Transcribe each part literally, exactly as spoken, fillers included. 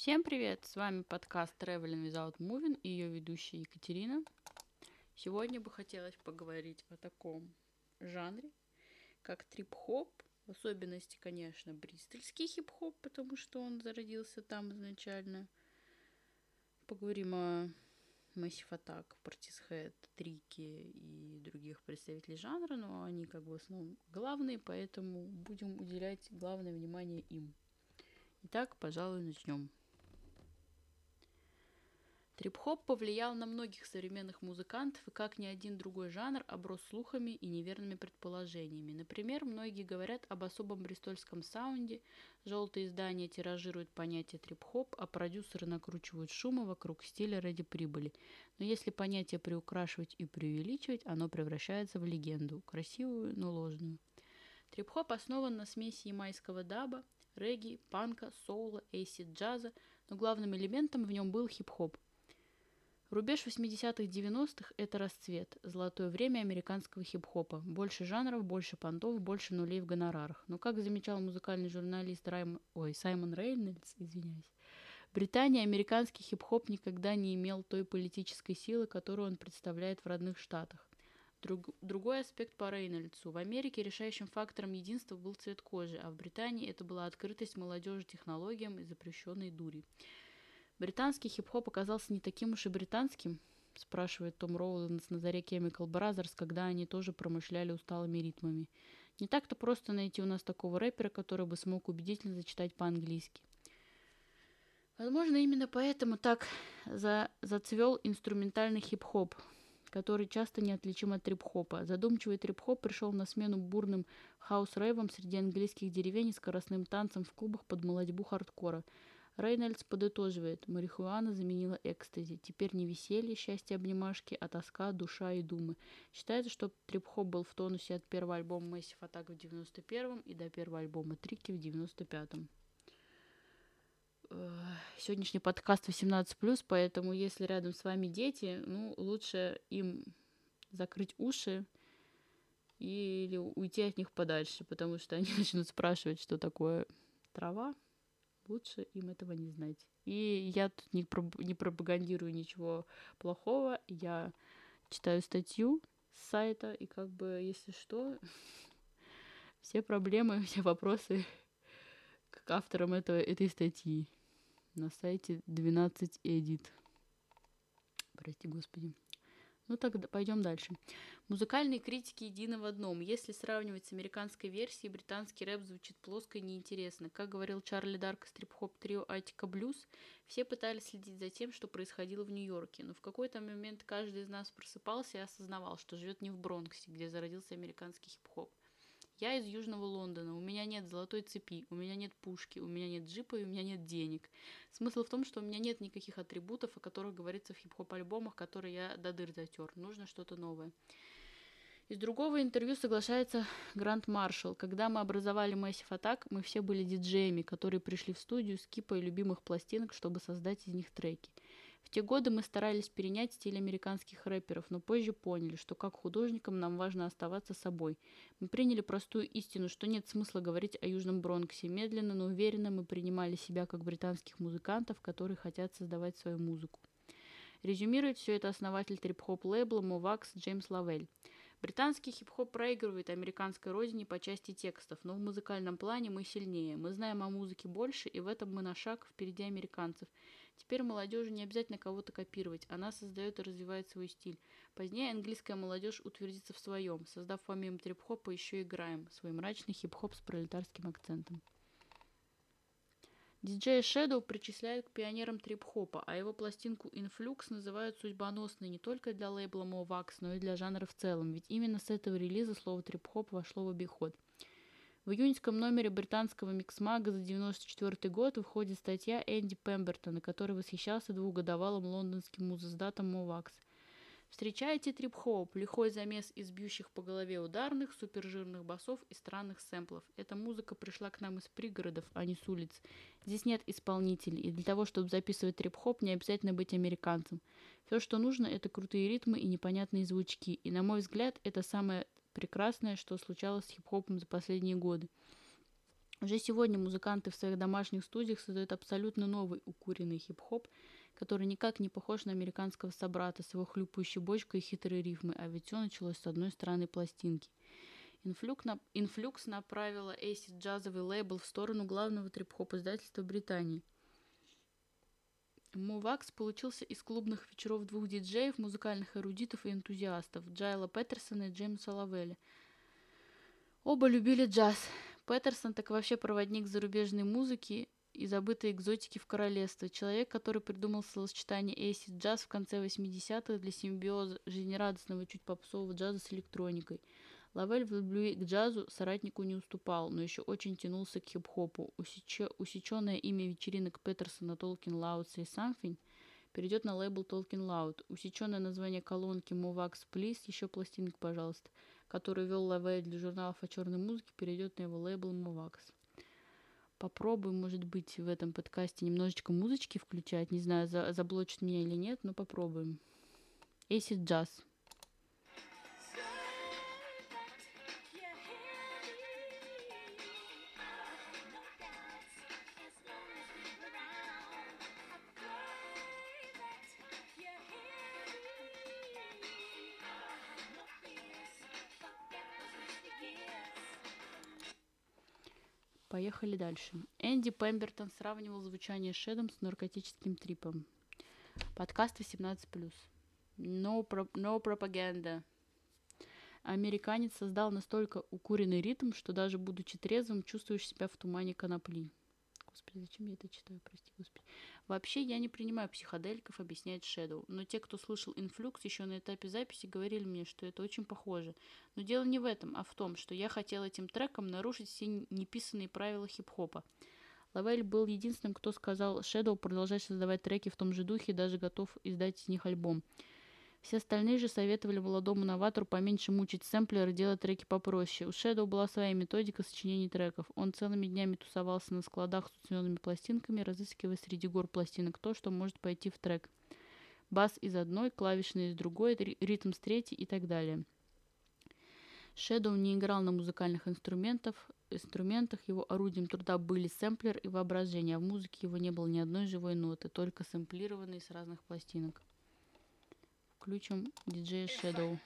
Всем привет! С вами подкаст Traveling Without Moving и ее ведущая Екатерина. Сегодня бы хотелось поговорить о таком жанре, как трип-хоп, в особенности, конечно, бристольский хип-хоп, потому что он зародился там изначально. Поговорим о Massive Attack, Portishead, Tricky и других представителей жанра, но они как бы в основном главные, поэтому будем уделять главное внимание им. Итак, пожалуй, начнем. Трип-хоп повлиял на многих современных музыкантов, и как ни один другой жанр оброс слухами и неверными предположениями. Например, многие говорят об особом бристольском саунде, желтые издания тиражируют понятие трип-хоп, а продюсеры накручивают шума вокруг стиля ради прибыли. Но если понятие приукрашивать и преувеличивать, оно превращается в легенду, красивую, но ложную. Трип-хоп основан на смеси ямайского даба, регги, панка, соула, эйсид-джаза, но главным элементом в нем был хип-хоп. Рубеж восьмидесятых-девяностых – это расцвет, золотое время американского хип-хопа. Больше жанров, больше понтов, больше нулей в гонорарах. Но, как замечал музыкальный журналист Райм... Ой, Саймон Рейнольдс, извиняюсь, в Британии американский хип-хоп никогда не имел той политической силы, которую он представляет в родных штатах. Друг... Другой аспект по Рейнольдсу. В Америке решающим фактором единства был цвет кожи, а в Британии это была открытость молодежи технологиям и запрещенной дури. Британский хип-хоп оказался не таким уж и британским, спрашивает Том Роулинс на заре Chemical Brothers, когда они тоже промышляли усталыми ритмами. Не так-то просто найти у нас такого рэпера, который бы смог убедительно зачитать по-английски. Возможно, именно поэтому так за... зацвел инструментальный хип-хоп, который часто неотличим от трип-хопа. Задумчивый трип-хоп пришел на смену бурным хаус-рэвам среди английских деревень и скоростным танцам в клубах под молодьбу хардкора. Рейнольдс подытоживает: марихуана заменила экстази. Теперь не веселье, счастье, обнимашки, а тоска, душа и думы. Считается, что трип-хоп был в тонусе от первого альбома Massive Attack в девяносто первом и до первого альбома Tricky в девяносто пятом. Сегодняшний подкаст восемнадцать плюс, поэтому если рядом с вами дети, ну, лучше им закрыть уши или уйти от них подальше, потому что они начнут спрашивать, что такое трава. Лучше им этого не знать. И я тут не, проб- не пропагандирую ничего плохого. Я читаю статью с сайта, и как бы, если что, все проблемы, все вопросы к авторам этого, этой статьи на сайте двенадцать Edit. Прости, господи. Ну тогда пойдем дальше. Музыкальные критики едины в одном. Если сравнивать с американской версией, британский рэп звучит плоско и неинтересно. Как говорил Чарли Дарк из трип-хоп трио Attica Blues, все пытались следить за тем, что происходило в Нью-Йорке. Но в какой-то момент каждый из нас просыпался и осознавал, что живет не в Бронксе, где зародился американский хип-хоп. Я из Южного Лондона, у меня нет золотой цепи, у меня нет пушки, у меня нет джипа и у меня нет денег. Смысл в том, что у меня нет никаких атрибутов, о которых говорится в хип-хоп альбомах, которые я до дыр затер. Нужно что-то новое. Из другого интервью соглашается Грант Маршалл. Когда мы образовали Massive Attack, мы все были диджеями, которые пришли в студию с кипой любимых пластинок, чтобы создать из них треки. В те годы мы старались перенять стиль американских рэперов, но позже поняли, что как художникам нам важно оставаться собой. Мы приняли простую истину, что нет смысла говорить о Южном Бронксе. Медленно, но уверенно мы принимали себя как британских музыкантов, которые хотят создавать свою музыку. Резюмирует все это основатель трип-хоп лейбла Movax Джеймс Лавель. Британский хип-хоп проигрывает американской родине по части текстов, но в музыкальном плане мы сильнее. Мы знаем о музыке больше, и в этом мы на шаг впереди американцев. Теперь молодежи не обязательно кого-то копировать, она создает и развивает свой стиль. Позднее английская молодежь утвердится в своем, создав помимо трип-хопа еще и грайм, свой мрачный хип-хоп с пролетарским акцентом. Диджея Shadow причисляют к пионерам трип-хопа, а его пластинку Influx называют судьбоносной не только для лейбла Movax, но и для жанра в целом, ведь именно с этого релиза слово трип-хоп вошло в обиход. В июньском номере британского микс-мага за девяносто четвёртый год выходит статья Энди Пембертона, который восхищался двухгодовалым лондонским музыздатом Movax. Встречайте трип-хоп, лихой замес из бьющих по голове ударных, супержирных басов и странных сэмплов. Эта музыка пришла к нам из пригородов, а не с улиц. Здесь нет исполнителей, и для того, чтобы записывать трип-хоп, не обязательно быть американцем. Все, что нужно, это крутые ритмы и непонятные звучки. И, на мой взгляд, это самое прекрасное, что случалось с хип-хопом за последние годы. Уже сегодня музыканты в своих домашних студиях создают абсолютно новый укуренный хип-хоп, который никак не похож на американского собрата с его хлюпающей бочкой и хитрой рифмой, а ведь все началось с одной странной пластинки. Инфлюкс, на... Инфлюкс направила эйсид джазовый лейбл в сторону главного трип-хоп издательства Британии. Мувакс получился из клубных вечеров двух диджеев, музыкальных эрудитов и энтузиастов Джайла Петерсона и Джеймса Лавелли. Оба любили джаз. Петерсон так вообще проводник зарубежной музыки и забытой экзотики в королевство. Человек, который придумал сочетание эйсид джаз в конце восьмидесятых для симбиоза жизнерадостного чуть попсового джаза с электроникой. Лавель в любви к джазу соратнику не уступал, но еще очень тянулся к хип-хопу. Усече... Усеченное имя вечеринок Петерсона Talking Loud Say Something перейдет на лейбл Talking Loud. Усеченное название колонки Movax Please, еще пластинок, пожалуйста, который вел Лавель для журналов о черной музыке, перейдет на его лейбл Movax. Попробуем, может быть, в этом подкасте немножечко музычки включать. Не знаю, за... заблочит меня или нет, но попробуем. Acid Jazz. Поехали дальше. Энди Пембертон сравнивал звучание Шэдом с наркотическим трипом. Подкаст восемнадцать плюс. No, pro- no propaganda. Американец создал настолько укуренный ритм, что даже будучи трезвым, чувствуешь себя в тумане конопли. Господи, зачем я это читаю? Прости, господи. Вообще, я не принимаю психоделиков, объясняет Shadow. Но те, кто слышал Influx еще на этапе записи, говорили мне, что это очень похоже. Но дело не в этом, а в том, что я хотел этим треком нарушить все неписанные правила хип-хопа. Лавель был единственным, кто сказал Shadow продолжать создавать треки в том же духе и даже готов издать из них альбом. Все остальные же советовали молодому новатору поменьше мучить сэмплер и делать треки попроще. У Shadow была своя методика сочинения треков. Он целыми днями тусовался на складах с уцененными пластинками, разыскивая среди гор пластинок то, что может пойти в трек. Бас из одной, клавишный из другой, ритм с третьей и так далее. Shadow не играл на музыкальных инструментах, инструментах, его орудием труда были сэмплер и воображение, а в музыке его не было ни одной живой ноты, только сэмплированные с разных пластинок. Включим диджея Shadow.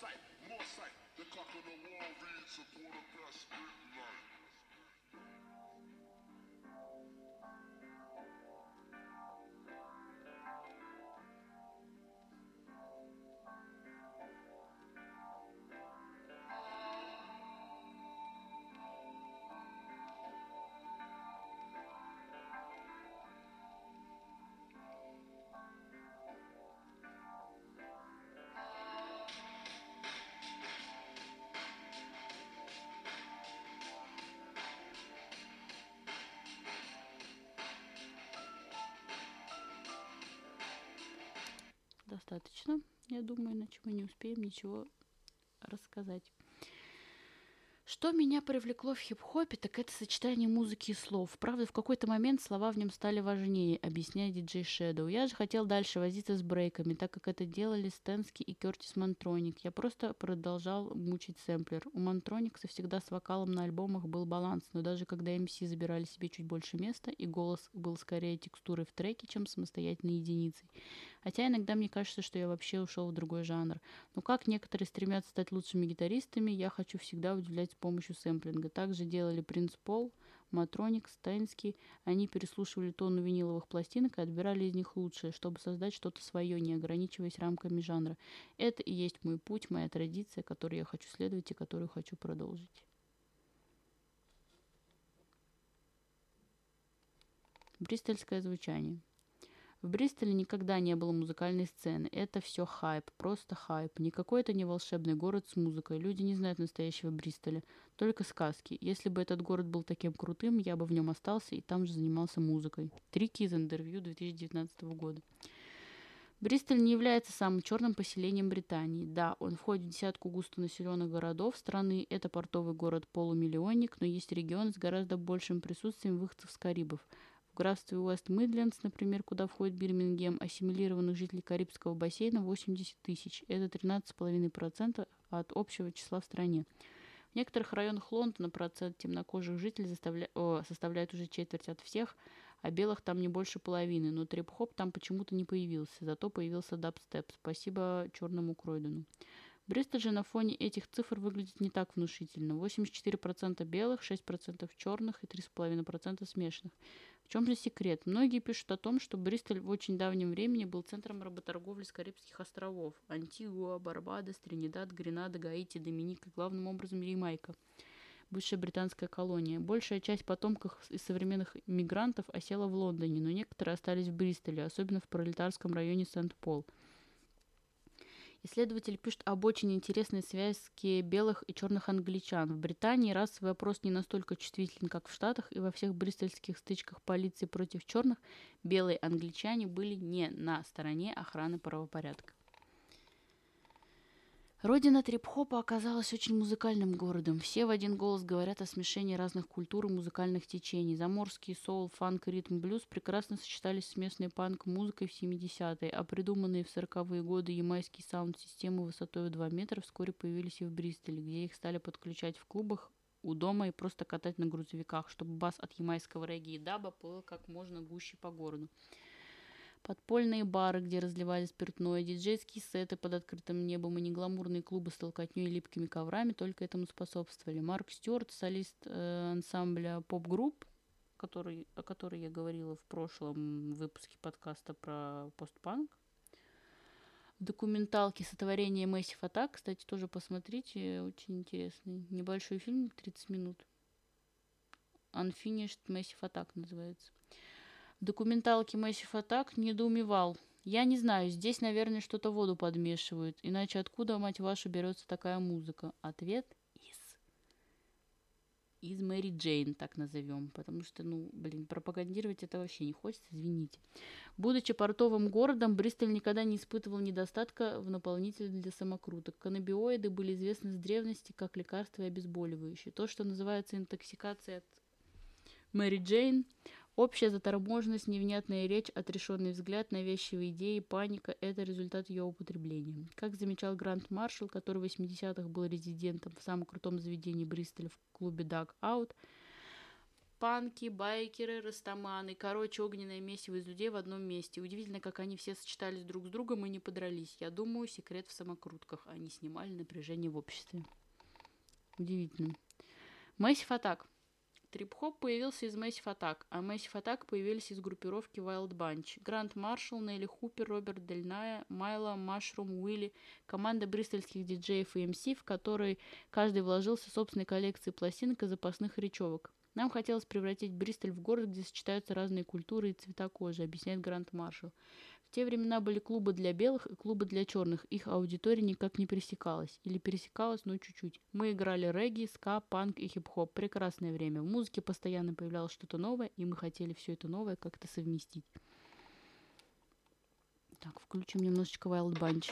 Достаточно, я думаю, иначе мы не успеем ничего рассказать. Что меня привлекло в хип-хопе, так это сочетание музыки и слов. Правда, в какой-то момент слова в нем стали важнее, объясняет диджей Shadow. Я же хотел дальше возиться с брейками, так как это делали Стэнски и Кертис Мантроник. Я просто продолжал мучить сэмплер. У Мантроникса всегда с вокалом на альбомах был баланс, но даже когда эм си забирали себе чуть больше места, и голос был скорее текстурой в треке, чем самостоятельной единицей. Хотя иногда мне кажется, что я вообще ушел в другой жанр. Но как некоторые стремятся стать лучшими гитаристами, я хочу всегда удивлять с помощью сэмплинга. Так же делали Принц Пол, Матроник, Стэнски. Они переслушивали тонну виниловых пластинок и отбирали из них лучшее, чтобы создать что-то свое, не ограничиваясь рамками жанра. Это и есть мой путь, моя традиция, которой я хочу следовать и которую хочу продолжить. Бристольское звучание. В Бристоле никогда не было музыкальной сцены. Это все хайп, просто хайп. Никакой это не волшебный город с музыкой. Люди не знают настоящего Бристоля. Только сказки. Если бы этот город был таким крутым, я бы в нем остался и там же занимался музыкой. Трики из интервью две тысячи девятнадцатого года. Бристоль не является самым черным поселением Британии. Да, он входит в десятку густонаселенных городов страны. Это портовый город-полумиллионник, но есть регион с гораздо большим присутствием выходцев с Карибов. В графстве Уэст-Мидлендс, например, куда входит Бирмингем, ассимилированных жителей Карибского бассейна восемьдесят тысяч. Это тринадцать целых пять десятых процента от общего числа в стране. В некоторых районах Лондона процент темнокожих жителей заставля... О, составляет уже четверть от всех, а белых там не больше половины. Но трип-хоп там почему-то не появился, зато появился дабстеп. Спасибо черному Кройдену. Бристоль же на фоне этих цифр выглядит не так внушительно. восемьдесят четыре процента белых, шесть процентов черных и три с половиной процента смешанных. В чем же секрет? Многие пишут о том, что Бристоль в очень давнем времени был центром работорговли с Карибских островов. Антигуа, Барбадос, Тринидад, Гренада, Гаити, Доминика, главным образом Ямайка. Бывшая британская колония. Большая часть потомков из современных мигрантов осела в Лондоне, но некоторые остались в Бристоле, особенно в пролетарском районе Сент-Пол. Исследователи пишут об очень интересной связке белых и черных англичан. В Британии расовый вопрос не настолько чувствителен, как в Штатах, и во всех бристольских стычках полиции против черных белые англичане были не на стороне охраны правопорядка. Родина трип-хопа оказалась очень музыкальным городом. Все в один голос говорят о смешении разных культур и музыкальных течений. Заморский соул, фанк и ритм-блюз прекрасно сочетались с местной панк-музыкой в семидесятые, а придуманные в сороковые годы ямайские саунд-системы высотой в два метра вскоре появились и в Бристоле, где их стали подключать в клубах у дома и просто катать на грузовиках, чтобы бас от ямайского регги и даба плыл как можно гуще по городу. Подпольные бары, где разливали спиртное, диджейские сеты под открытым небом и негламурные клубы с толкотней и липкими коврами только этому способствовали. Марк Стюарт, солист э, ансамбля поп-групп, который, о которой я говорила в прошлом выпуске подкаста про постпанк. В документалке «Сотворение Massive Attack», кстати, тоже посмотрите, очень интересный. Небольшой фильм, тридцать минут. Unfinished Massive Attack называется. В документалке Massive Attack недоумевал. Я не знаю, здесь, наверное, что-то воду подмешивают. Иначе откуда, мать вашу, берется такая музыка? Ответ из. Из Мэри Джейн, так назовем. Потому что, ну, блин, пропагандировать это вообще не хочется, извините. Будучи портовым городом, Бристоль никогда не испытывал недостатка в наполнителе для самокруток. Каннабиоиды были известны с древности как лекарства и обезболивающие. То, что называется интоксикацией от Мэри Джейн, общая заторможенность, невнятная речь, отрешенный взгляд, навязчивые идеи, паника – это результат ее употребления. Как замечал Грант Маршалл, который в восьмидесятых был резидентом в самом крутом заведении Бристоля в клубе Duck Out, панки, байкеры, растаманы, короче, огненное месиво из людей в одном месте. Удивительно, как они все сочетались друг с другом и не подрались. Я думаю, секрет в самокрутках. Они снимали напряжение в обществе. Удивительно. Massive Attack. Трип-хоп появился из Massive Attack, а Massive Attack появились из группировки Wild Bunch. Грант Маршалл, Нелли Хупер, Роберт Дель Ная, Майло, Машрум, Уилли, команда бристольских диджеев и эм си, в которой каждый вложился в собственной коллекции пластинок и запасных речевок. Нам хотелось превратить Бристоль в город, где сочетаются разные культуры и цвета кожи, объясняет Грант Маршалл. В те времена были клубы для белых и клубы для черных. Их аудитория никак не пересекалась. Или пересекалась, но чуть-чуть. Мы играли регги, ска, панк и хип-хоп. Прекрасное время. В музыке постоянно появлялось что-то новое, и мы хотели все это новое как-то совместить. Так, включим немножечко Wild Bunch.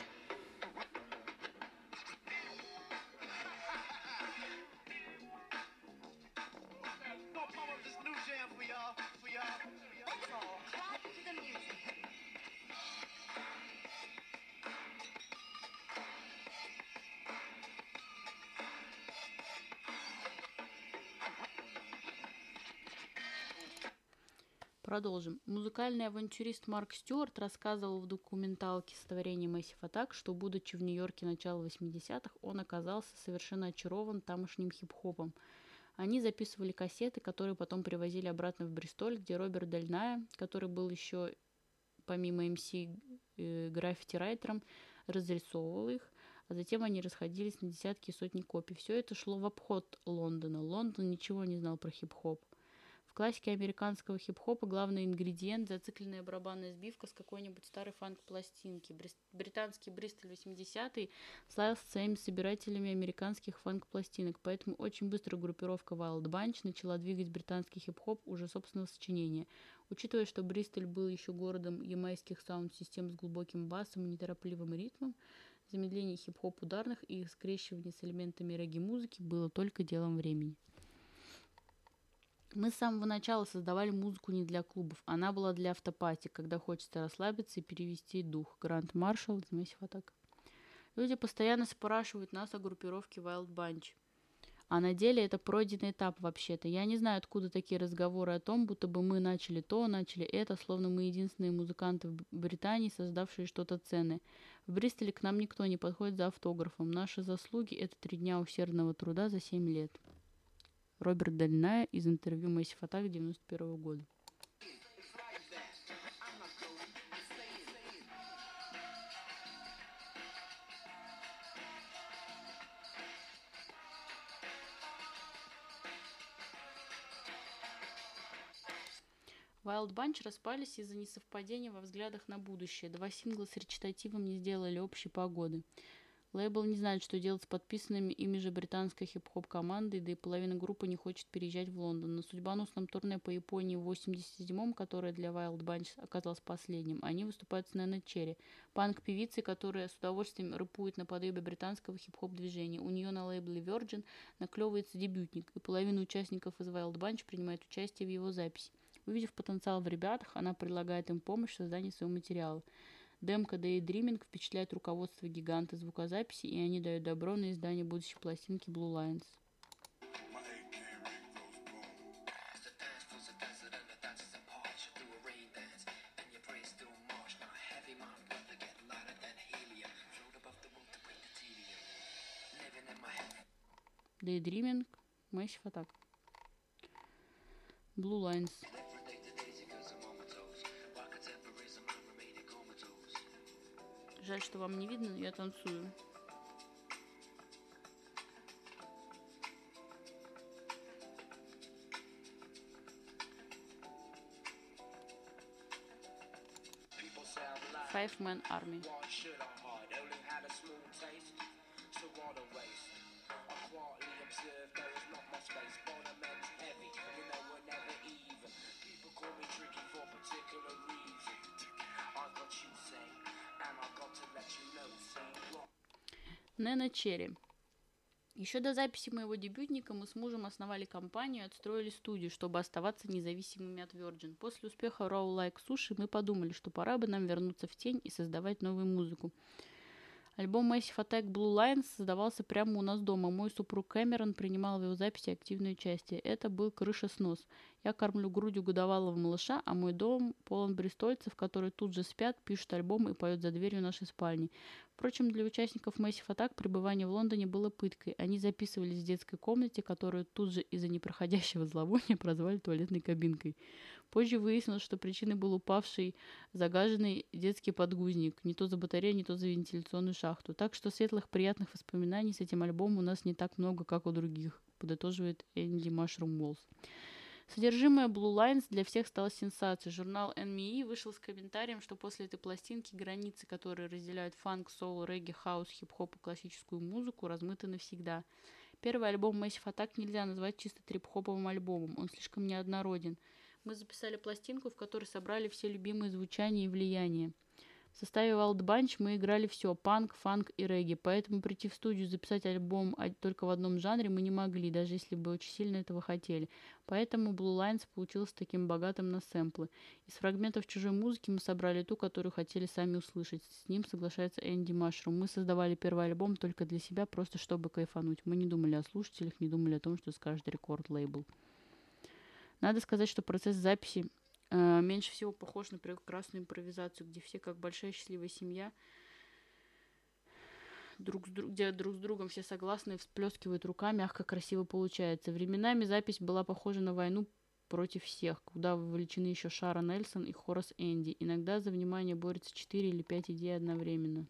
Продолжим. Музыкальный авантюрист Марк Стюарт рассказывал в документалке «Сотворение Massive Attack», что, будучи в Нью-Йорке начала восьмидесятых, он оказался совершенно очарован тамошним хип-хопом. Они записывали кассеты, которые потом привозили обратно в Бристоль, где Роберт Дель Ная, который был еще, помимо эм си, э, граффити-райтером, разрисовывал их, а затем они расходились на десятки и сотни копий. Все это шло в обход Лондона. Лондон ничего не знал про хип-хоп. В классике американского хип-хопа главный ингредиент – зацикленная барабанная сбивка с какой-нибудь старой фанк-пластинки. Бри- британский Бристоль восьмидесятые славился своими собирателями американских фанк-пластинок, поэтому очень быстро группировка Wild Bunch начала двигать британский хип-хоп уже собственного сочинения. Учитывая, что Бристоль был еще городом ямайских саунд-систем с глубоким басом и неторопливым ритмом, замедление хип-хоп ударных и их скрещивание с элементами регги-музыки было только делом времени. Мы с самого начала создавали музыку не для клубов, она была для автопати, когда хочется расслабиться и перевести дух. Грант Маршалл из Massive Attack. Люди постоянно спрашивают нас о группировке Wild Bunch. А на деле это пройденный этап вообще-то. Я не знаю, откуда такие разговоры о том, будто бы мы начали то, начали это, словно мы единственные музыканты в Б- Британии, создавшие что-то ценное. В Бристоле к нам никто не подходит за автографом. Наши заслуги — это три дня усердного труда за семь лет. Роберт Дальная из интервью Massive Attack девяносто первого года. Wild Bunch распались из-за несовпадения во взглядах на будущее. Два сингла с речитативом не сделали общей погоды. Лейбл не знает, что делать с подписанными ими же британской хип-хоп командой, да и половина группы не хочет переезжать в Лондон. На судьбоносном турне по Японии в восемьдесят седьмом, которое для Wild Bunch оказалось последним, они выступают с Нэнэ Черри, панк-певицей, которая с удовольствием рэпует наподобие британского хип-хоп движения. У нее на лейбле Virgin наклевывается дебютник, и половина участников из Wild Bunch принимает участие в его записи. Увидев потенциал в ребятах, она предлагает им помощь в создании своего материала. Демка Daydreaming впечатляет руководство гиганта звукозаписи, и они дают добро на издание будущей пластинки Blue Lines. Daydreaming, Massive Attack. Blue Lines. Жаль, что вам не видно, но я танцую. Five Man Army. Нэнэ Черри. Еще до записи моего дебютника мы с мужем основали компанию и отстроили студию, чтобы оставаться независимыми от Virgin. После успеха Raw Like Sushi мы подумали, что пора бы нам вернуться в тень и создавать новую музыку. Альбом Massive Attack Blue Lines создавался прямо у нас дома. Мой супруг Кэмерон принимал в его записи активное участие. Это был крышеснос. Я кормлю грудью годовалого малыша, а мой дом полон бристольцев, которые тут же спят, пишут альбом и поют за дверью нашей спальни. Впрочем, для участников Massive Attack пребывание в Лондоне было пыткой. Они записывались в детской комнате, которую тут же из-за непроходящего зловония прозвали туалетной кабинкой. Позже выяснилось, что причиной был упавший загаженный детский подгузник. Не то за батарею, не то за вентиляционную шахту. Так что светлых приятных воспоминаний с этим альбомом у нас не так много, как у других, подытоживает Энди Mushroom Walls. Содержимое Blue Lines для всех стало сенсацией. Журнал эн эм и вышел с комментарием, что после этой пластинки границы, которые разделяют фанк, соул, регги, хаус, хип-хоп и классическую музыку, размыты навсегда. Первый альбом Massive Attack нельзя назвать чисто трип-хоповым альбомом, он слишком неоднороден. Мы записали пластинку, в которой собрали все любимые звучания и влияния. В составе Wild Bunch мы играли все – панк, фанк и регги, поэтому прийти в студию и записать альбом только в одном жанре мы не могли, даже если бы очень сильно этого хотели. Поэтому Blue Lines получился таким богатым на сэмплы. Из фрагментов чужой музыки мы собрали ту, которую хотели сами услышать. С ним соглашается Энди Машрум. Мы создавали первый альбом только для себя, просто чтобы кайфануть. Мы не думали о слушателях, не думали о том, что скажет рекорд-лейбл. Надо сказать, что процесс записи э, меньше всего похож на прекрасную импровизацию, где все как большая счастливая семья, друг с друг, где друг с другом все согласны и всплескивают руками, мягко, красиво получается. Временами запись была похожа на войну против всех, куда вовлечены еще Шарон Эльсон и Хорас Энди. Иногда за внимание борются четыре или пять идей одновременно.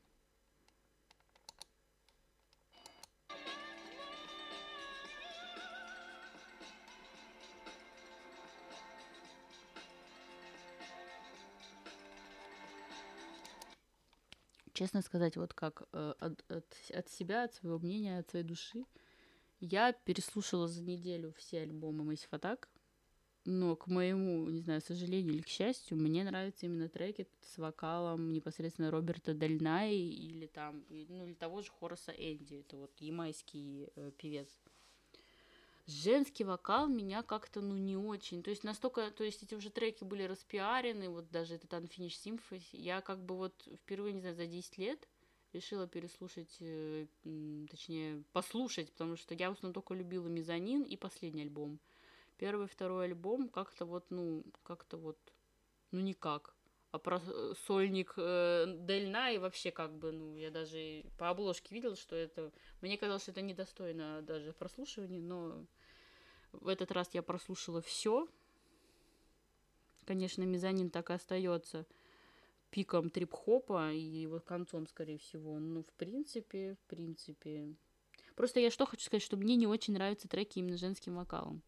Честно сказать, вот как э, от, от, от себя, от своего мнения, от своей души, я переслушала за неделю все альбомы Massive Attack, но к моему, не знаю, сожалению или к счастью, мне нравятся именно треки с вокалом непосредственно Роберта Дальная или там, ну или того же Хораса Энди, это вот ямайский э, певец. Женский вокал меня как-то, ну, не очень. То есть настолько, то есть эти уже треки были распиарены, вот даже этот Unfinished Symphony, я как бы вот впервые, не знаю, за десять лет решила переслушать, э, точнее, послушать, потому что я в основном только любила «Мезонин» и последний альбом. Первый, второй альбом как-то вот, ну, как-то вот, ну, никак. А про сольник э, Дельна и вообще как бы, ну, я даже по обложке видела, что это... Мне казалось, что это недостойно даже прослушивания, но в этот раз я прослушала все. Конечно, «Мезонин» так и остается пиком трип-хопа и вот концом, скорее всего. Ну, в принципе, в принципе... Просто я что хочу сказать, что мне не очень нравятся треки именно женским вокалом.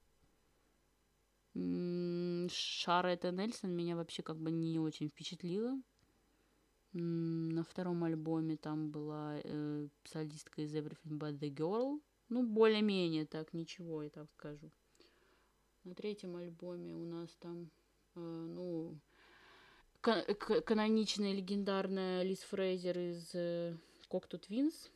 Шара Нельсон меня вообще как бы не очень впечатлила. На втором альбоме там была э, солистка из Everything But The Girl. Ну, более-менее так, ничего, я так скажу. На третьем альбоме у нас там, э, ну, кан- каноничная, легендарная Лиз Фрейзер из э, Cocteau Twins.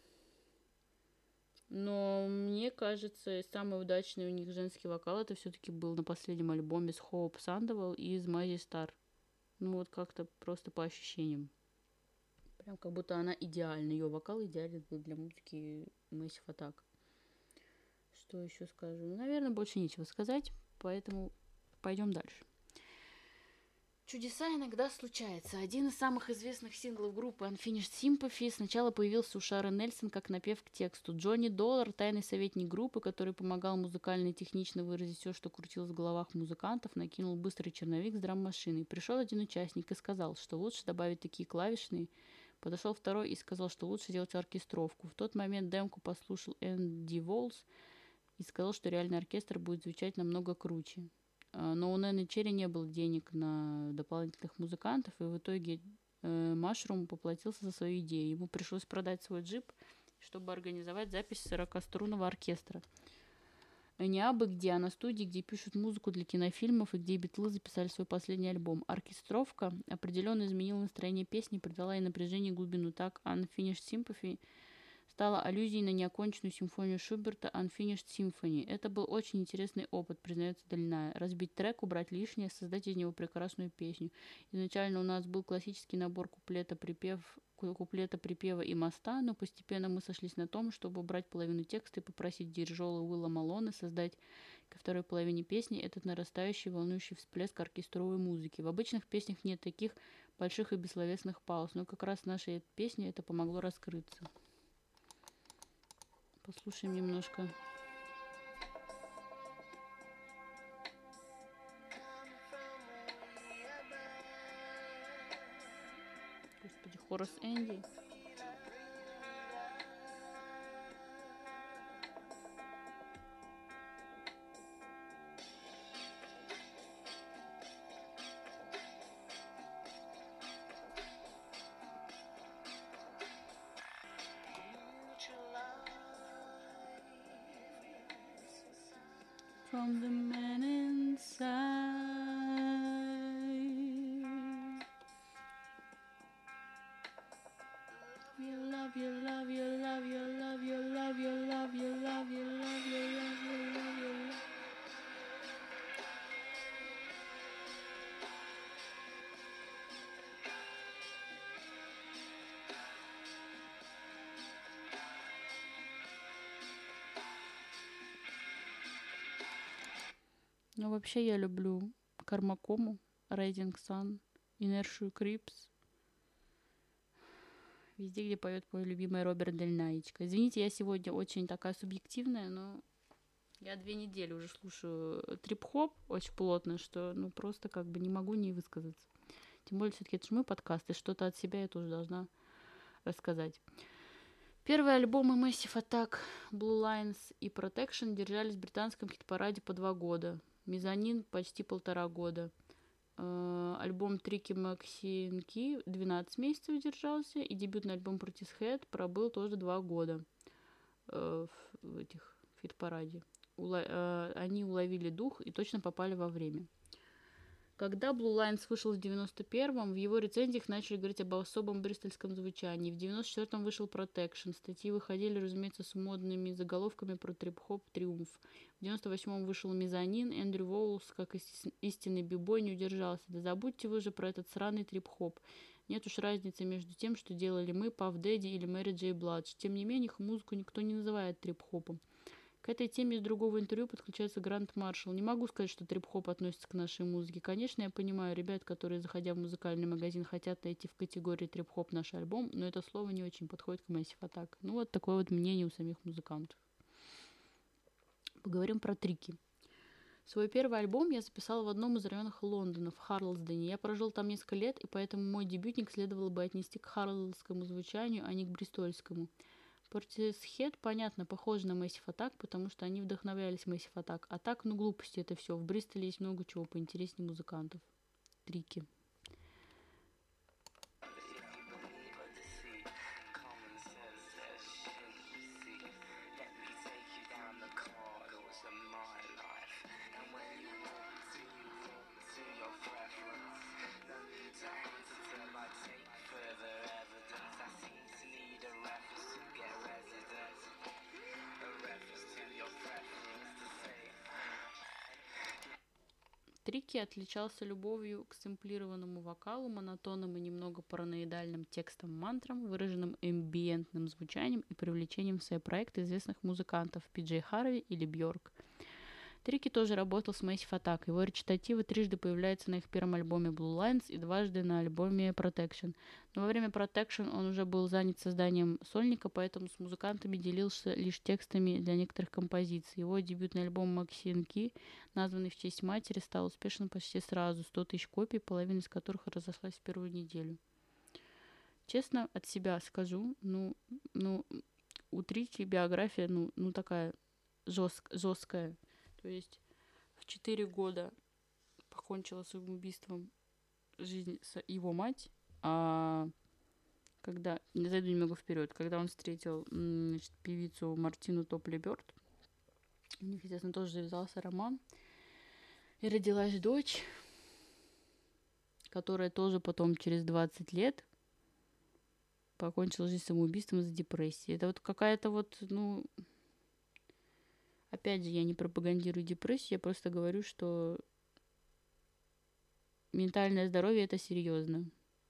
Но мне кажется, самый удачный у них женский вокал это все-таки был на последнем альбоме с Хоуп Сандовал и из Мази Стар. Ну вот как-то просто по ощущениям. Прям как будто она идеальна. Ее вокал идеален был для музыки Massive Attack. Что еще скажу? Ну, наверное, больше нечего сказать, поэтому пойдем дальше. Чудеса иногда случаются. Один из самых известных синглов группы Unfinished Sympathy сначала появился у Шары Нельсон как напев к тексту. Джонни Доллар, тайный советник группы, который помогал музыкально и технично выразить все, что крутилось в головах музыкантов, накинул быстрый черновик с драм-машиной. Пришел один участник и сказал, что лучше добавить такие клавишные. Подошел второй и сказал, что лучше делать оркестровку. В тот момент демку послушал Энди Волс и сказал, что реальный оркестр будет звучать намного круче. Но у Нэн и Черри не было денег на дополнительных музыкантов, и в итоге э, Машрум поплатился за свою идею. Ему пришлось продать свой джип, чтобы организовать запись сорокаструнного оркестра. Не абы где, а на студии, где пишут музыку для кинофильмов и где Битлы записали свой последний альбом. Оркестровка определенно изменила настроение песни, придала ей напряжение и глубину. Так Unfinished Sympathy стала аллюзией на неоконченную симфонию Шуберта Unfinished Symphony. Это был очень интересный опыт, признается Дальная. Разбить трек, убрать лишнее, создать из него прекрасную песню. Изначально у нас был классический набор куплета, припев, куплета, припева и моста, но постепенно мы сошлись на том, чтобы убрать половину текста и попросить Дирижола Уилла Малона создать ко второй половине песни этот нарастающий, волнующий всплеск оркестровой музыки. В обычных песнях нет таких больших и бессловесных пауз, но как раз нашей песне это помогло раскрыться. Послушаем немножко. Господи, Хорас Энди. From the man inside. You love, you love, you love, you love, you love, you love, you love, you love, you love, you love, you love. Ну, вообще я люблю Кармакому, Rising Sun, Inertia Creeps. Везде, где поет мой любимый Роберт Дельнаечка. Извините, я сегодня очень такая субъективная, но я две недели уже слушаю трип-хоп очень плотно, что ну просто как бы не могу не высказаться. Тем более, все-таки это же мой подкаст, и что-то от себя я тоже должна рассказать. Первые альбомы Massive Attack, Blue Lines и Protection держались в британском хит-параде по два года. Мезонин почти полтора года. Э, альбом Tricky Maxinky двенадцать месяцев держался, и дебютный альбом Portishead пробыл тоже два года э, в, в этих хит-параде. Ула- э, они уловили дух и точно попали во время. Когда Blue Lines вышел в девяносто первом, в его рецензиях начали говорить об особом бристольском звучании. В девяносто четвертом вышел Protection. Статьи выходили, разумеется, с модными заголовками про трип-хоп «Триумф». В девяносто восьмом вышел Мезонин. Эндрю Воулс, как истинный бибой, не удержался. Да забудьте вы же про этот сраный трип-хоп. Нет уж разницы между тем, что делали мы, Puff Daddy или Мэри Джей Бладж. Тем не менее, их музыку никто не называет трип-хопом. К этой теме из другого интервью подключается Грант Маршалл. Не могу сказать, что трип-хоп относится к нашей музыке. Конечно, я понимаю ребят, которые, заходя в музыкальный магазин, хотят найти в категории трип-хоп наш альбом, но это слово не очень подходит к Massive Attack. Ну вот такое вот мнение у самих музыкантов. Поговорим про трики. Свой первый альбом я записала в одном из районов Лондона, в Харлсдене. Я прожил там несколько лет, и поэтому мой дебютник следовало бы отнести к харлсскому звучанию, а не к бристольскому. Portishead, понятно, похоже на Massive Attack, потому что они вдохновлялись Massive Attack. А так, ну глупости это все. В Бристоле есть много чего поинтереснее музыкантов. Трики. Трики отличался любовью к сэмплированному вокалу, монотонным и немного параноидальным текстом мантрам, выраженным эмбиентным звучанием и привлечением в свои проекты известных музыкантов Пи Джей Харви или Бьорк. Трики тоже работал с Massive Attack. Его речитативы трижды появляются на их первом альбоме Blue Lines и дважды на альбоме Protection. Но во время Protection он уже был занят созданием сольника, поэтому с музыкантами делился лишь текстами для некоторых композиций. Его дебютный альбом Максинки, названный в честь матери, стал успешным почти сразу. сто тысяч копий, половина из которых разошлась в первую неделю. Честно, от себя скажу, ну, ну у Трики биография, ну, ну такая жестк, жесткая. То есть в четыре года покончила самоубийством жизнь его мать, а когда, не зайду немного вперед, когда он встретил, значит, певицу Мартину Топли-Бёрд, у них, естественно, тоже завязался роман, и родилась дочь, которая тоже потом через двадцать лет покончила жизнь самоубийством из-за депрессии. Это вот какая-то вот, ну... Опять же, я не пропагандирую депрессию, я просто говорю, что ментальное здоровье – это серьезно.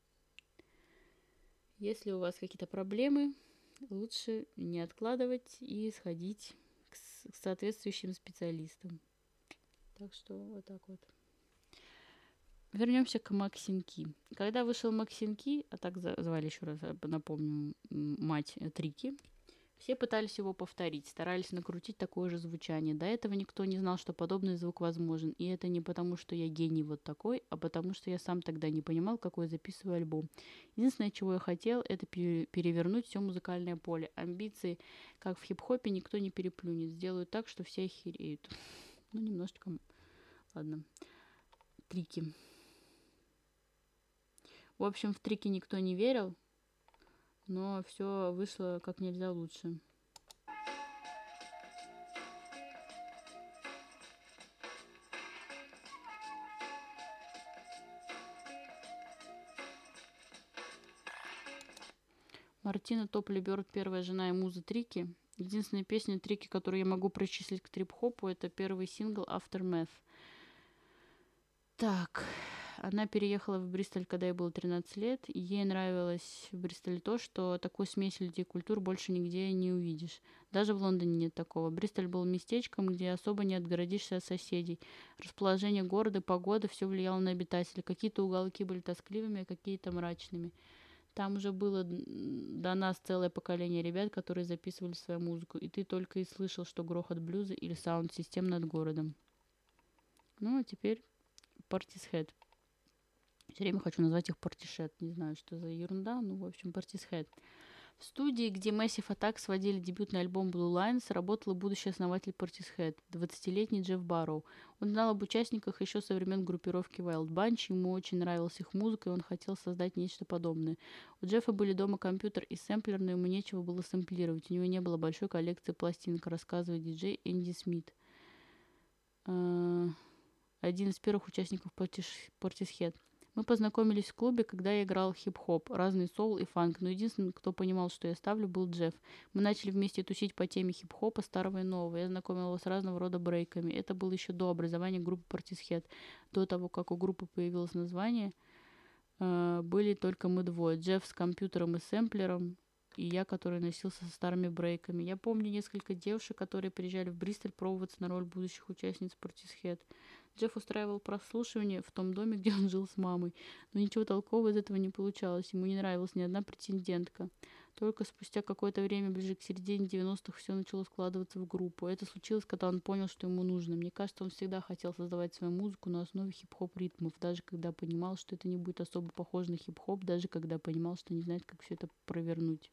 Если у вас какие-то проблемы, лучше не откладывать и сходить к соответствующим специалистам. Так что вот так вот. Вернемся к Максинки. Когда вышел Максинки, а так звали, еще раз напомню, мать Трики, все пытались его повторить, старались накрутить такое же звучание. До этого никто не знал, что подобный звук возможен. И это не потому, что я гений вот такой, а потому, что я сам тогда не понимал, какой записываю альбом. Единственное, чего я хотел, это перевернуть все музыкальное поле. Амбиции, как в хип-хопе, никто не переплюнет. Сделают так, что все охереют. Ну, немножечко... Ладно. Трики. В общем, в трики никто не верил. Но все вышло как нельзя лучше. Мартина Топли-Бёрд, первая жена и муза Трики. Единственная песня Трики, которую я могу причислить к трип-хопу, это первый сингл Aftermath. Так... Она переехала в Бристоль, когда ей было тринадцать лет, и ей нравилось в Бристоле то, что такую смесь людей и культур больше нигде не увидишь. Даже в Лондоне нет такого. Бристоль был местечком, где особо не отгородишься от соседей. Расположение города, погода, все влияло на обитателей. Какие-то уголки были тоскливыми, а какие-то мрачными. Там уже было до нас целое поколение ребят, которые записывали свою музыку, и ты только и слышал, что грохот блюза или саунд-систем над городом. Ну, а теперь Portishead. Все время хочу назвать их Portishead. Не знаю, что за ерунда. Ну, в общем, Portishead. В студии, где Massive Attack сводили дебютный альбом Blue Lines, работал будущий основатель Portishead, двадцатилетний Джефф Барроу. Он знал об участниках еще со времен группировки Wild Bunch. Ему очень нравилась их музыка, и он хотел создать нечто подобное. У Джеффа были дома компьютер и сэмплер, но ему нечего было сэмплировать. У него не было большой коллекции пластинок, рассказывает диджей Энди Смит. один из первых участников Portishead. Мы познакомились в клубе, когда я играл хип-хоп, разный соул и фанк, но единственным, кто понимал, что я ставлю, был Джефф. Мы начали вместе тусить по теме хип-хопа старого и нового. Я знакомил его с разного рода брейками. Это было еще до образования группы Portishead. До того, как у группы появилось название, были только мы двое. Джефф с компьютером и сэмплером, и я, который носился со старыми брейками. Я помню несколько девушек, которые приезжали в Бристоль пробоваться на роль будущих участниц Portishead. Джефф устраивал прослушивание в том доме, где он жил с мамой, но ничего толкового из этого не получалось. Ему не нравилась ни одна претендентка. Только спустя какое-то время, ближе к середине девяностых, все начало складываться в группу. Это случилось, когда он понял, что ему нужно. Мне кажется, он всегда хотел создавать свою музыку на основе хип-хоп ритмов, даже когда понимал, что это не будет особо похоже на хип-хоп, даже когда понимал, что не знает, как все это провернуть.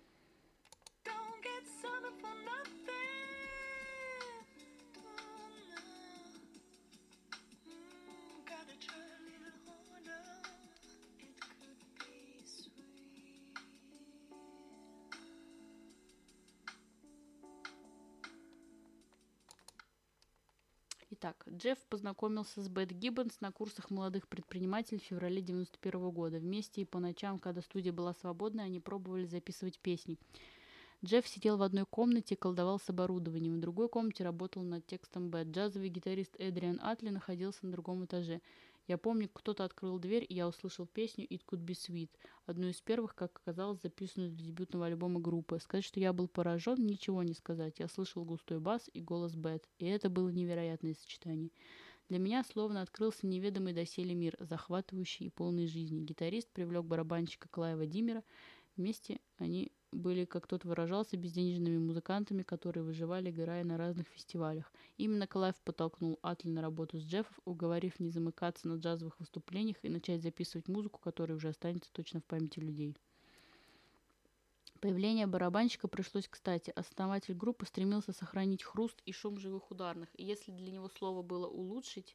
Итак, Джефф познакомился с Бет Гиббонс на курсах молодых предпринимателей в феврале девяносто первого года. Вместе и по ночам, когда студия была свободна, они пробовали записывать песни. Джефф сидел в одной комнате и колдовал с оборудованием. В другой комнате работал над текстом Бет. Джазовый гитарист Эдриан Атли находился на другом этаже. Я помню, кто-то открыл дверь, и я услышал песню «It Could Be Sweet», одну из первых, как оказалось, записанную для дебютного альбома группы. Сказать, что я был поражен, ничего не сказать. Я слышал густой бас и голос Бет, и это было невероятное сочетание. Для меня словно открылся неведомый доселе мир, захватывающий и полный жизни. Гитарист привлек барабанщика Клайва Димера. Вместе они были, как тот выражался, безденежными музыкантами, которые выживали, играя на разных фестивалях. Именно Клайв подтолкнул Атли на работу с Джеффом, уговорив не замыкаться на джазовых выступлениях и начать записывать музыку, которая уже останется точно в памяти людей. Появление барабанщика пришлось кстати. Основатель группы стремился сохранить хруст и шум живых ударных, и если для него слово было «улучшить»,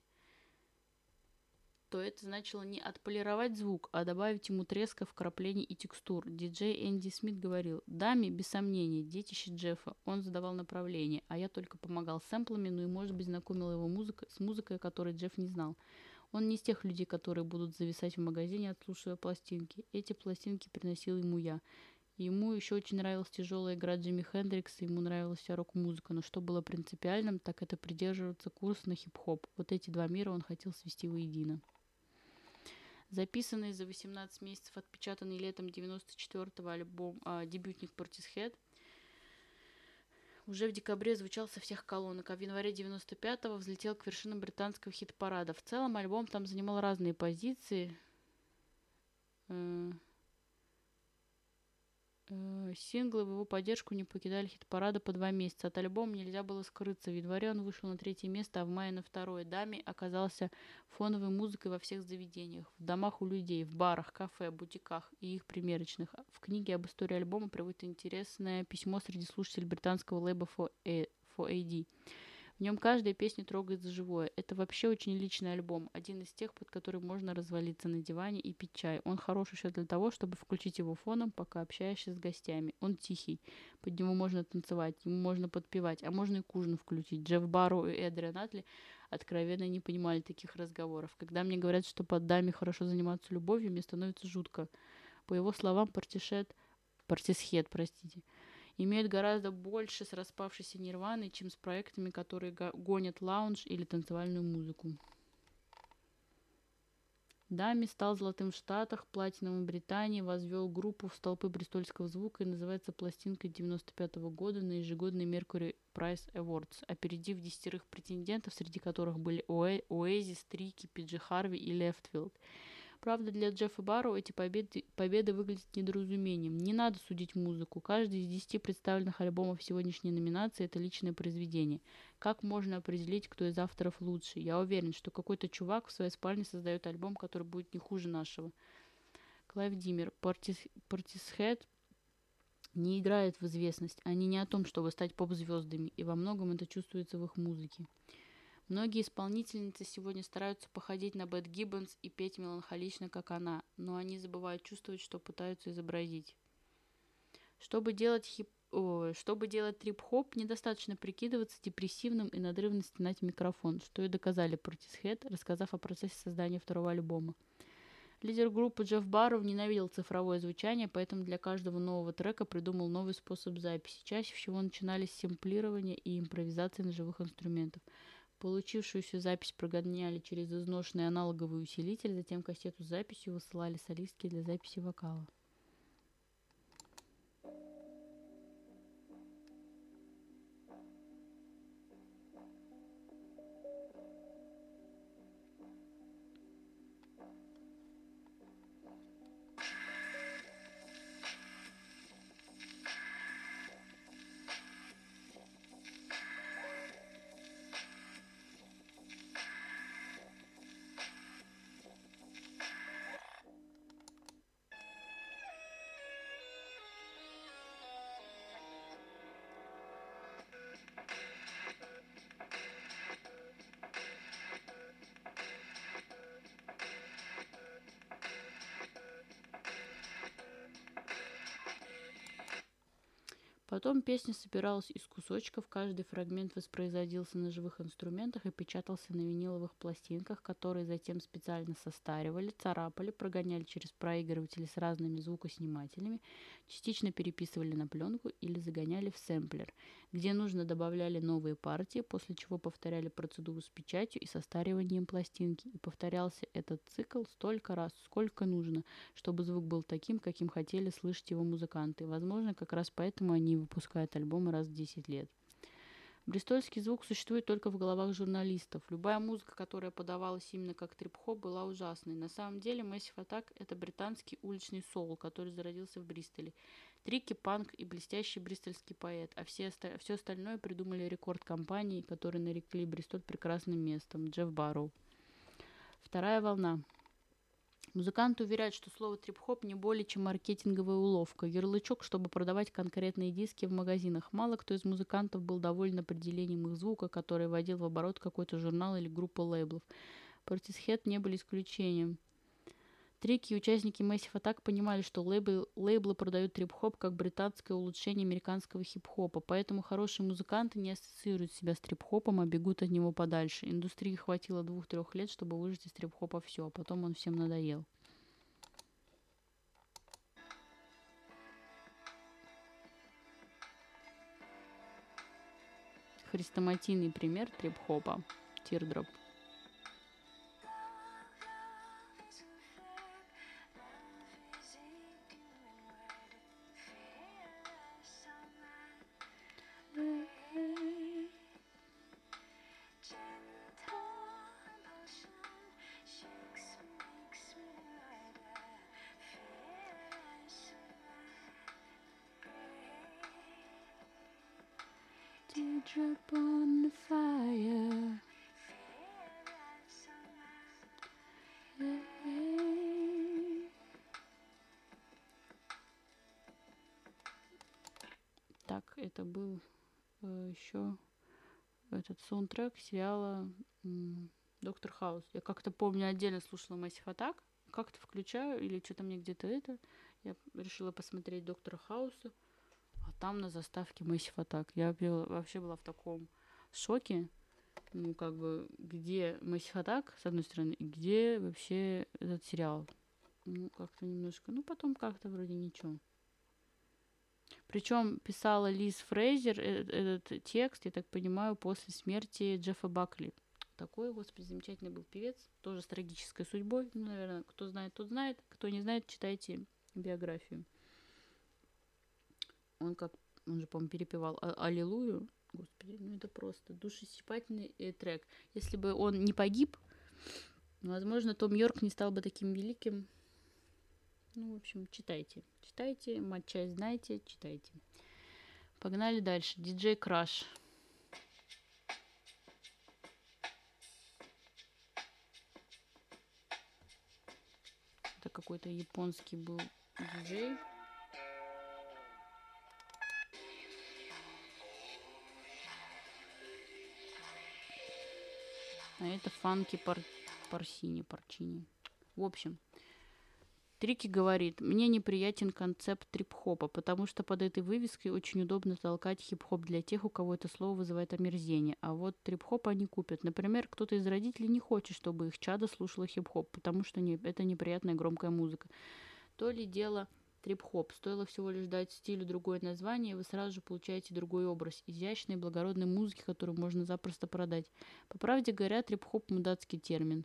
то это значило не отполировать звук, а добавить ему треска, вкраплений и текстур. Диджей Энди Смит говорил: «Дами, без сомнения, детище Джеффа. Он задавал направление, а я только помогал сэмплами, ну и, может быть, знакомил его музыка, с музыкой, которой Джефф не знал. Он не из тех людей, которые будут зависать в магазине, отслушивая пластинки. Эти пластинки приносил ему я. Ему еще очень нравилась тяжелая игра Джимми Хендрикса, ему нравилась вся рок-музыка, но что было принципиальным, так это придерживаться курса на хип-хоп. Вот эти два мира он хотел свести воедино». Записанный за восемнадцать месяцев, отпечатанный летом девяносто четвёртого альбом а, дебютник Portishead уже в декабре звучал со всех колонок, а в январе девяносто пятого взлетел к вершинам британского хит-парада. В целом альбом там занимал разные позиции. Синглы в его поддержку не покидали хит-парада по два месяца. От альбома нельзя было скрыться. В январе он вышел на третье место, а в мае на второе. «Дами» оказался фоновой музыкой во всех заведениях. В домах у людей, в барах, кафе, бутиках и их примерочных. В книге об истории альбома приводит интересное письмо среди слушателей британского лейбла фор эй ди. В нем каждая песня трогает за живое. Это вообще очень личный альбом. Один из тех, под которым можно развалиться на диване и пить чай. Он хорош еще для того, чтобы включить его фоном, пока общаешься с гостями. Он тихий. Под него можно танцевать, ему можно подпевать, а можно и к ужину включить. Джефф Барроу и Эдриан Атли откровенно не понимали таких разговоров. Когда мне говорят, что под даме хорошо заниматься любовью, мне становится жутко. По его словам, Portishead, Portishead, простите, имеют гораздо больше с распавшейся Нирваной, чем с проектами, которые гонят лаунж или танцевальную музыку. Дами стал золотым в Штатах, платиновым в Британии, возвел группу в столпы брестольского звука и называется пластинкой девяносто пятого года на ежегодный Mercury Prize Awards, опередив десятерых претендентов, среди которых были Oasis, Трики, Пиджи Харви и Лефтфилд. Правда, для Джеффа Барроу эти победы, победы выглядят недоразумением. Не надо судить музыку. Каждый из десяти представленных альбомов сегодняшней номинации – это личное произведение. Как можно определить, кто из авторов лучше? Я уверен, что какой-то чувак в своей спальне создает альбом, который будет не хуже нашего. Клайв Димер. Portishead не играет в известность. Они не о том, чтобы стать поп-звездами, и во многом это чувствуется в их музыке. Многие исполнительницы сегодня стараются походить на Бет Гиббонс и петь меланхолично, как она, но они забывают чувствовать, что пытаются изобразить. Чтобы делать хип Ой, чтобы делать трип-хоп, недостаточно прикидываться депрессивным и надрывно стенать в микрофон, что и доказали Portishead, рассказав о процессе создания второго альбома. Лидер группы Джефф Барроу ненавидел цифровое звучание, поэтому для каждого нового трека придумал новый способ записи. Чаще всего начинались с сэмплирования и импровизации на живых инструментах. Получившуюся запись прогоняли через изношенный аналоговый усилитель, затем кассету с записью высылали солистке для записи вокала. Потом песня собиралась из кусочков, каждый фрагмент воспроизводился на живых инструментах и печатался на виниловых пластинках, которые затем специально состаривали, царапали, прогоняли через проигрыватели с разными звукоснимателями, частично переписывали на пленку или загоняли в сэмплер, где нужно добавляли новые партии, после чего повторяли процедуру с печатью и состариванием пластинки. И повторялся этот цикл столько раз, сколько нужно, чтобы звук был таким, каким хотели слышать его музыканты. Возможно, как раз поэтому они выпускают альбомы раз в десять лет. Бристольский звук существует только в головах журналистов. Любая музыка, которая подавалась именно как трип-хоп, была ужасной. На самом деле Massive Attack — это британский уличный соул, который зародился в Бристоле. Трики, панк и блестящий бристольский поэт, а все, оста- все остальное придумали рекорд-компании, которые нарекли Бристоль прекрасным местом — Джефф Барроу. Вторая волна. Музыканты уверяют, что слово трип-хоп не более чем маркетинговая уловка, ярлычок, чтобы продавать конкретные диски в магазинах. Мало кто из музыкантов был доволен определением их звука, который вводил в оборот какой-то журнал или группа лейблов. Portishead не были исключением. Трики и участники Massive Attack понимали, что лейблы, лейблы продают трип-хоп как британское улучшение американского хип-хопа, поэтому хорошие музыканты не ассоциируют себя с трип-хопом, а бегут от него подальше. Индустрии хватило двух-трех лет, чтобы выжать из трип-хопа все, а потом он всем надоел. Хрестоматийный пример трип-хопа — Teardrop. Teardrop on the fire. Так, это был э, еще этот саундтрек сериала м, Доктор Хаус. Я как-то помню, отдельно слушала Massive Attack, как-то включаю, или что-то мне где-то это. Я решила посмотреть Доктора Хауса, а там на заставке Massive Attack. Я вообще была в таком шоке. Ну, как бы, где Massive Attack, с одной стороны, и где вообще этот сериал. Ну, как-то немножко. Ну, потом как-то вроде ничего. Причем писала Лиз Фрейзер этот текст, я так понимаю, после смерти Джеффа Бакли. Такой, господи, замечательный был певец, тоже с трагической судьбой. Ну, наверное, кто знает, тот знает. Кто не знает, читайте биографию. Он как, он же, по-моему, перепевал «Аллилуйю». Господи, ну это просто душесчипательный э, трек. Если бы он не погиб, возможно, Том Йорк не стал бы таким великим. Ну, в общем, читайте. Читайте, матчасть знаете, читайте. Погнали дальше. Диджей Краш. Это какой-то японский был диджей. А это Фанки Пар... Парсини, Парчини. В общем, Трики говорит: «Мне неприятен концепт трип-хопа, потому что под этой вывеской очень удобно толкать хип-хоп для тех, у кого это слово вызывает омерзение. А вот трип-хоп они купят. Например, кто-то из родителей не хочет, чтобы их чадо слушало хип-хоп, потому что не, это неприятная громкая музыка. То ли дело трип-хоп. Стоило всего лишь дать стилю другое название, и вы сразу же получаете другой образ изящной и благородной музыки, которую можно запросто продать. По правде говоря, трип-хоп – мудацкий термин»,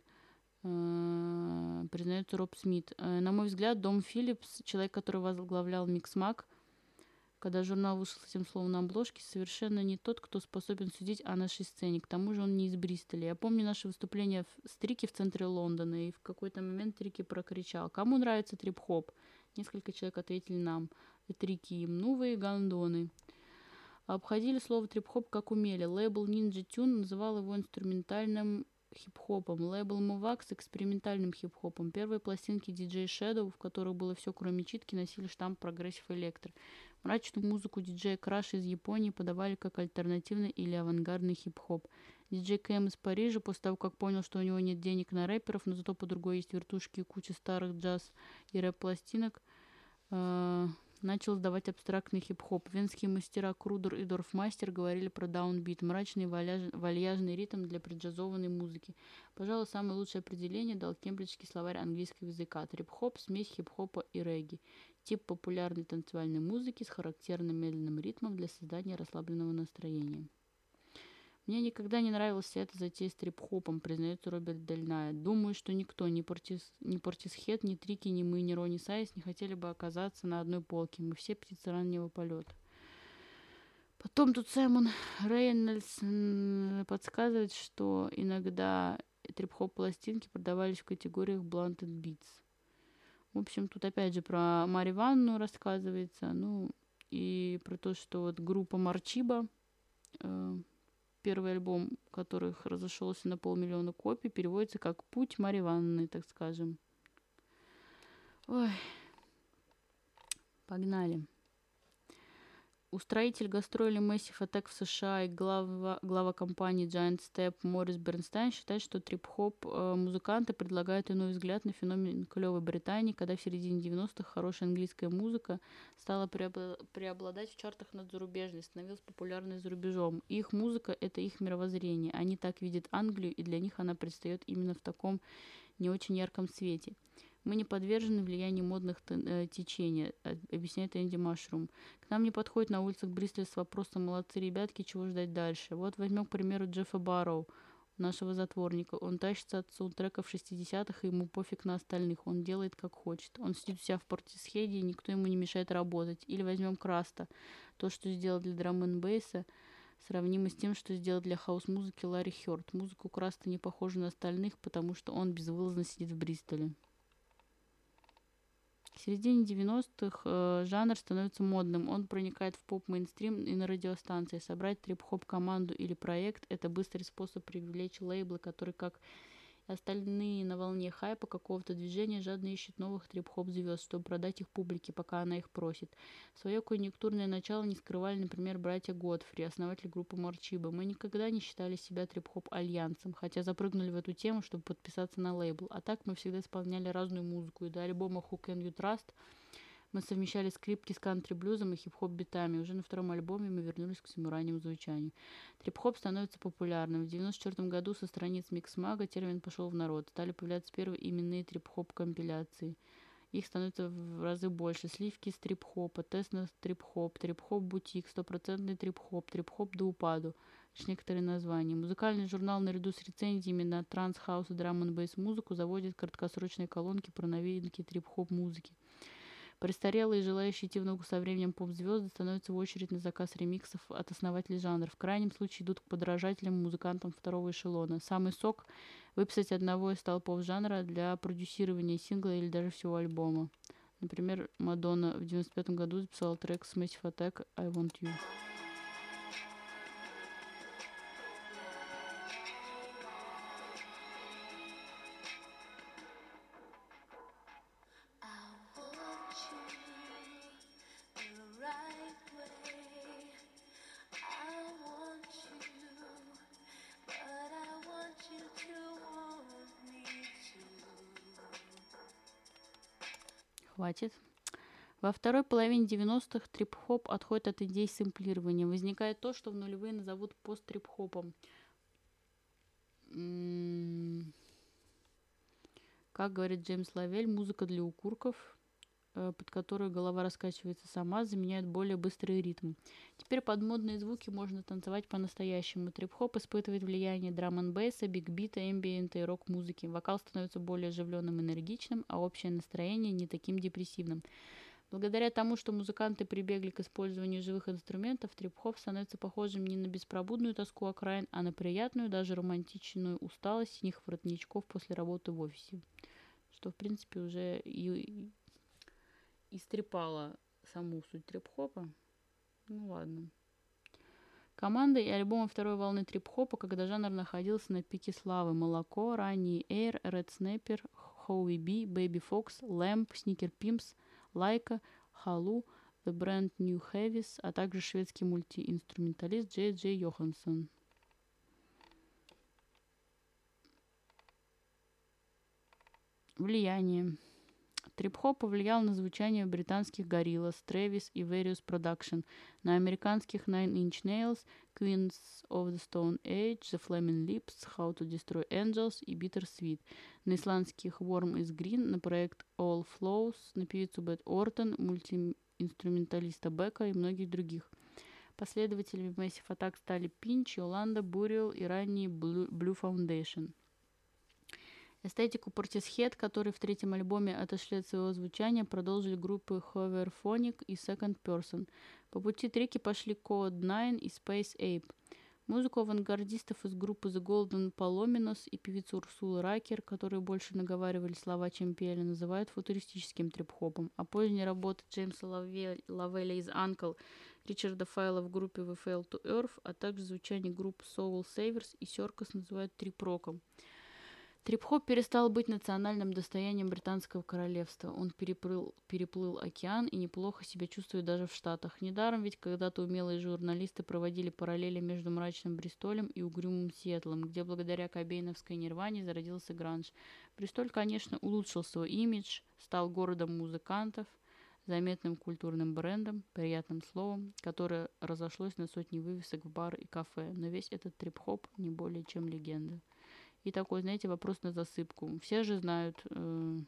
признается Роб Смит. На мой взгляд, Дом Филлипс, человек, который возглавлял Миксмак, когда журнал вышел с этим словом на обложке, совершенно не тот, кто способен судить о нашей сцене. К тому же он не из Бристоля. Я помню наше выступление в Стрике в центре Лондона, и в какой-то момент Трики прокричал: «Кому нравится трип-хоп?» Несколько человек ответили нам. И Трики им: «Ну вы гондоны». А обходили слово трип-хоп как умели. Лейбл Ninja Tune называл его инструментальным хип-хопом, лейбл Movax экспериментальным хип-хопом. Первые пластинки ди джей Shadow, в которых было все кроме читки, носили штамп Progressive Electro. Мрачную музыку диджея Crash из Японии подавали как альтернативный или авангардный хип-хоп. Диджей Кэм из Парижа, после того, как понял, что у него нет денег на рэперов, но зато по другой есть вертушки и куча старых джаз и рэп-пластинок, э- начал сдавать абстрактный хип-хоп. Венские мастера Крудер и Дорфмастер говорили про даунбит, мрачный валяж... вальяжный ритм для преджазованной музыки. Пожалуй, самое лучшее определение дал кембриджский словарь английского языка. Трип-хоп – смесь хип-хопа и регги. Тип популярной танцевальной музыки с характерным медленным ритмом для создания расслабленного настроения. Мне никогда не нравилась вся эта затея с трип-хопом, признается Роберт Дель Найо. Думаю, что никто, ни Портис, ни Портисхед, ни Трики, ни мы, ни Ронни Сайс не хотели бы оказаться на одной полке. Мы все птицы раннего полета. Потом тут Саймон Рейнольдс подсказывает, что иногда трип-хоп пластинки продавались в категориях Blunted Beats. В общем, тут опять же про Мари Ванну рассказывается, ну и про то, что вот группа Марчиба, э, первый альбом которых разошелся на полмиллиона копий, переводится как «Путь Марьи Ивановны», так скажем. Ой, погнали. Устроитель гастролей Massive Attack в США и глава, глава компании Giant Step Морис Бернстайн считает, что трип-хоп э, музыканты предлагают иной взгляд на феномен клевой Британии, когда в середине девяностых хорошая английская музыка стала преобладать в чартах над зарубежной, становилась популярной за рубежом. И их музыка — это их мировоззрение. Они так видят Англию, и для них она предстает именно в таком не очень ярком свете. Мы не подвержены влиянию модных э, течений, объясняет Энди Машрум. К нам не подходят на улицах Бристоля с вопросом: молодцы ребятки, чего ждать дальше? Вот возьмем, к примеру, Джеффа Барроу, нашего затворника. Он тащится от саундтреков шестидесятых, и ему пофиг на остальных. Он делает как хочет. Он сидит у себя в Портисхеде, и никто ему не мешает работать. Или возьмем Краста. То, что сделал для драм-н-бейса, сравнимо с тем, что сделал для хаус-музыки Ларри Хёрд. Музыку Краста не похожа на остальных, потому что он безвылазно сидит в Бристоле. В середине девяностых э, жанр становится модным. Он проникает в поп-мейнстрим и на радиостанции. Собрать трип-хоп команду или проект – это быстрый способ привлечь лейблы, которые, как и остальные на волне хайпа какого-то движения, жадно ищут новых трип-хоп звезд, чтобы продать их публике, пока она их просит. Свое конъюнктурное начало не скрывали, например, братья Годфри, основатели группы Марчиба. Мы никогда не считали себя трип-хоп альянсом, хотя запрыгнули в эту тему, чтобы подписаться на лейбл. А так мы всегда исполняли разную музыку, и до альбома Who Can You Trust мы совмещали скрипки с кантри-блюзом и хип-хоп битами. Уже на втором альбоме мы вернулись к своему раннему звучанию. Трип-хоп становится популярным. В девяносто четвёртом году со страниц Миксмага термин пошел в народ. Стали появляться первые именные трип-хоп компиляции. Их становится в разы больше. Сливки с трип-хопа, тест на трип-хоп, трип-хоп бутик, стопроцентный трип-хоп, трип-хоп до упаду. Лишь некоторые названия. Музыкальный журнал наряду с рецензиями на транс, хаус и драм-н-бейс музыку заводит краткосрочные колонки про новинки трип-хоп музыки. Престарелые, желающие идти в ногу со временем поп-звезды становятся в очередь на заказ ремиксов от основателей жанра. В крайнем случае идут к подражателям, музыкантам второго эшелона. Самый сок – выписать одного из столпов жанра для продюсирования сингла или даже всего альбома. Например, Мадонна в девяносто пятом году записала трек с Massive Attack «I Want You». хватит. Во второй половине девяностых трип-хоп отходит от идей сэмплирования. Возникает то, что в нулевые назовут пост-трип-хопом. М-м- Как говорит Джеймс Лавель, музыка для укурков, э, под которую голова раскачивается сама, заменяет более быстрый ритм. Теперь под модные звуки можно танцевать по-настоящему. Трип-хоп испытывает влияние драм-н-бейса, биг-бита, эмбиента и рок-музыки. Вокал становится более оживленным и энергичным, а общее настроение не таким депрессивным. Благодаря тому, что музыканты прибегли к использованию живых инструментов, трип-хоп становится похожим не на беспробудную тоску окраин, а на приятную, даже романтичную усталость синих воротничков после работы в офисе. Что, в принципе, уже и истрепало саму суть трип-хопа. Ну ладно. Команда и альбомы второй волны трип-хопа, когда жанр находился на пике славы. Молоко, ранний Air, Red Snapper, Howie B, Baby Fox, Lamp, Sneaker Pimps, Лайка, Халу, The Brand New Heavies, а также шведский мультиинструменталист Джей Джей Йоханссон. Влияние. Трип-хоп повлиял на звучание британских Gorillaz, Travis и Various Production, на американских Nine Inch Nails, Queens of the Stone Age, The Flaming Lips, How to Destroy Angels и Bittersweet, на исландских Warm is Green, на проект All Flows, на певицу Бет Ортон, мультиинструменталиста Бека и многих других. Последователями Massive Attack стали Pinch, Yolanda, Burial и ранние Blue, Blue Foundation. Эстетику Portishead, которые в третьем альбоме отошли от своего звучания, продолжили группы Hoverphonic и Second Person. По пути треки пошли Code Nine и Space Ape. Музыку авангардистов из группы The Golden Palominos и певицу Урсулы Ракер, которые больше наговаривали слова, чем пели, называют футуристическим трип-хопом. А поздние работы Джеймса Лавеля из Uncle, Ричарда Файла в группе We Fail to Earth, а также звучание групп Soul Savers и Circus называют трип-роком. Трип-хоп перестал быть национальным достоянием британского королевства. Он переплыл, переплыл океан и неплохо себя чувствует даже в Штатах. Недаром ведь когда-то умелые журналисты проводили параллели между мрачным Бристолем и угрюмым Сиэтлом, где благодаря кобейновской нирване зародился гранж. Бристоль, конечно, улучшил свой имидж, стал городом музыкантов, заметным культурным брендом, приятным словом, которое разошлось на сотни вывесок в бар и кафе. Но весь этот трип-хоп не более чем легенда. И такой, знаете, вопрос на засыпку. Все же знают э,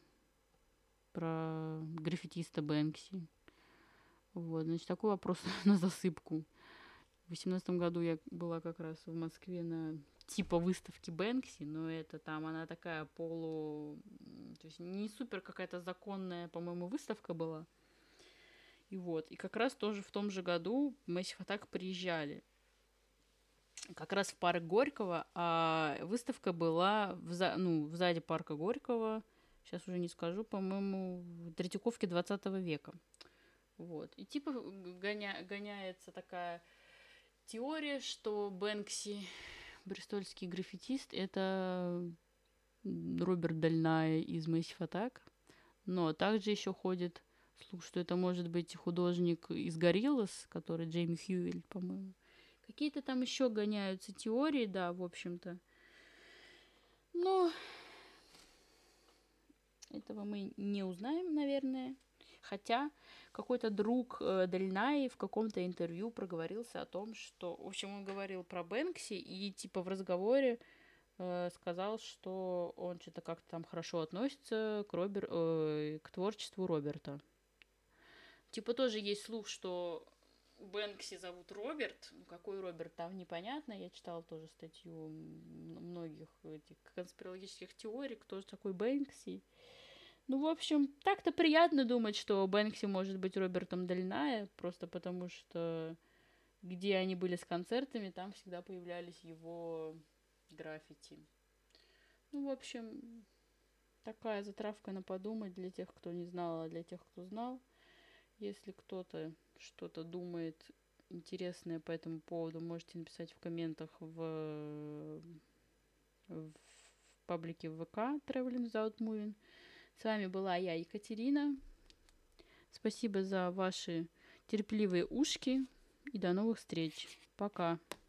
про граффитиста Бэнкси. Вот, значит, такой вопрос на засыпку. В две тысячи восемнадцатом году я была как раз в Москве на типа выставке Бэнкси, но это там она такая полу... То есть не супер какая-то законная, по-моему, выставка была. И вот, и как раз тоже в том же году Massive Attack приезжали. Как раз в парк Горького, а выставка была в, за, ну, в заде парка Горького, сейчас уже не скажу, по-моему, в Третьяковке двадцатого века. Вот. И типа гоня, гоняется такая теория, что Бэнкси, бристольский граффитист, это Роберт Дальная из Massive Attack. Но также еще ходит слух, что это может быть художник из Gorillaz, который Джейми Хьюэлл, по-моему. Какие-то там еще гоняются теории, да, в общем-то. Но этого мы не узнаем, наверное. Хотя какой-то друг э, Дальнаи в каком-то интервью проговорился о том, что... В общем, он говорил про Бэнкси и типа в разговоре э, сказал, что он что-то как-то там хорошо относится к, Робер... э, к творчеству Роберта. Типа тоже есть слух, что Бэнкси зовут Роберт. Какой Роберт, там непонятно. Я читала тоже статью многих этих конспирологических теорий, кто же такой Бэнкси. Ну, в общем, так-то приятно думать, что Бэнкси может быть Робертом Дальная, просто потому что где они были с концертами, там всегда появлялись его граффити. Ну, в общем, такая затравка на подумать для тех, кто не знал, а для тех, кто знал. Если кто-то что-то думает интересное по этому поводу, можете написать в комментах в, в паблике в ВК Traveling Without Moving. С вами была я, Екатерина. Спасибо за ваши терпеливые ушки и до новых встреч. Пока.